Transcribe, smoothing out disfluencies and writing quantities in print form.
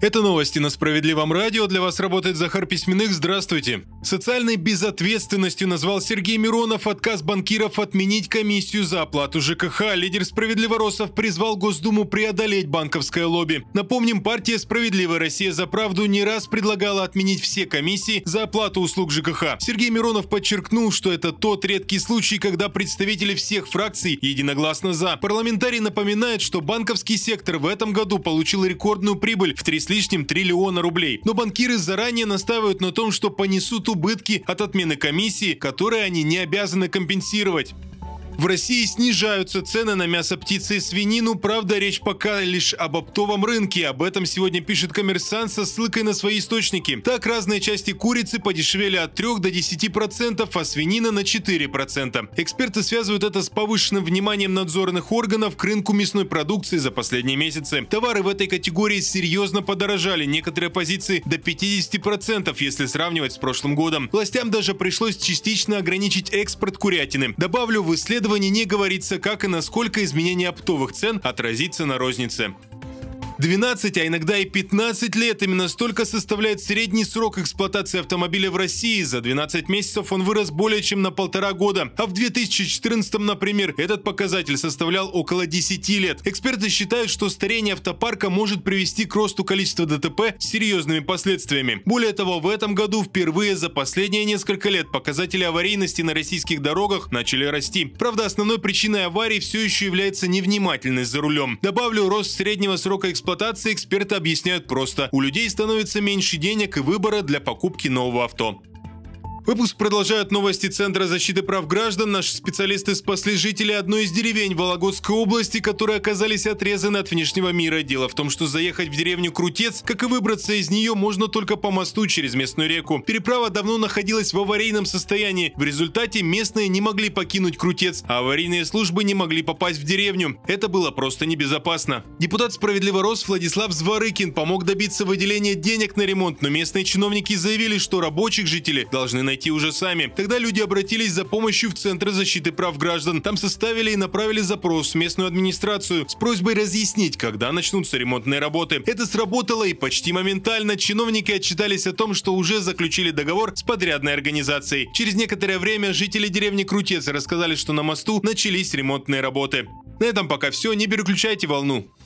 Это новости на Справедливом радио. Для вас работает Захар Письменных. Здравствуйте. Социальной безответственностью назвал Сергей Миронов отказ банкиров отменить комиссию за оплату ЖКХ. Лидер справедливоросов призвал Госдуму преодолеть банковское лобби. Напомним, партия «Справедливая Россия за правду» не раз предлагала отменить все комиссии за оплату услуг ЖКХ. Сергей Миронов подчеркнул, что это тот редкий случай, когда представители всех фракций единогласно за. Парламентарий напоминает, что банковский сектор в этом году получил рекордную прибыль в 3 с лишним триллиона рублей. Но банкиры заранее настаивают на том, что понесут убытки от отмены комиссии, которые они не обязаны компенсировать. В России снижаются цены на мясо птицы и свинину, правда, речь пока лишь об оптовом рынке. Об этом сегодня пишет «Коммерсант» со ссылкой на свои источники. Так, разные части курицы подешевели от 3 до 10%, а свинина на 4%. Эксперты связывают это с повышенным вниманием надзорных органов к рынку мясной продукции за последние месяцы. Товары в этой категории серьезно подорожали, некоторые позиции до 50%, если сравнивать с прошлым годом. Властям даже пришлось частично ограничить экспорт курятины. Добавлю, в исследовании не говорится, как и насколько изменение оптовых цен отразится на рознице. 12, а иногда и 15 лет. Именно столько составляет средний срок эксплуатации автомобиля в России. За 12 месяцев он вырос более чем на 1,5 года. А в 2014, например, этот показатель составлял около 10 лет. Эксперты считают, что старение автопарка может привести к росту количества ДТП с серьезными последствиями. Более того, в этом году впервые за последние несколько лет показатели аварийности на российских дорогах начали расти. Правда, основной причиной аварий все еще является невнимательность за рулем. Добавлю, рост среднего срока эксплуатации эксперты объясняют просто. У людей становится меньше денег и выбора для покупки нового авто. Выпуск продолжают новости Центра защиты прав граждан. Наши специалисты спасли жителей одной из деревень Вологодской области, которые оказались отрезаны от внешнего мира. Дело в том, что заехать в деревню Крутец, как и выбраться из нее, можно только по мосту через местную реку. Переправа давно находилась в аварийном состоянии. В результате местные не могли покинуть Крутец, а аварийные службы не могли попасть в деревню. Это было просто небезопасно. Депутат «Справедливорос» Владислав Зворыкин помог добиться выделения денег на ремонт, но местные чиновники заявили, что рабочих жители должны найти уже сами. Тогда люди обратились за помощью в Центр защиты прав граждан. Там составили и направили запрос в местную администрацию с просьбой разъяснить, когда начнутся ремонтные работы. Это сработало, и почти моментально чиновники отчитались о том, что уже заключили договор с подрядной организацией. Через некоторое время жители деревни Крутец рассказали, что на мосту начались ремонтные работы. На этом пока все, не переключайте волну.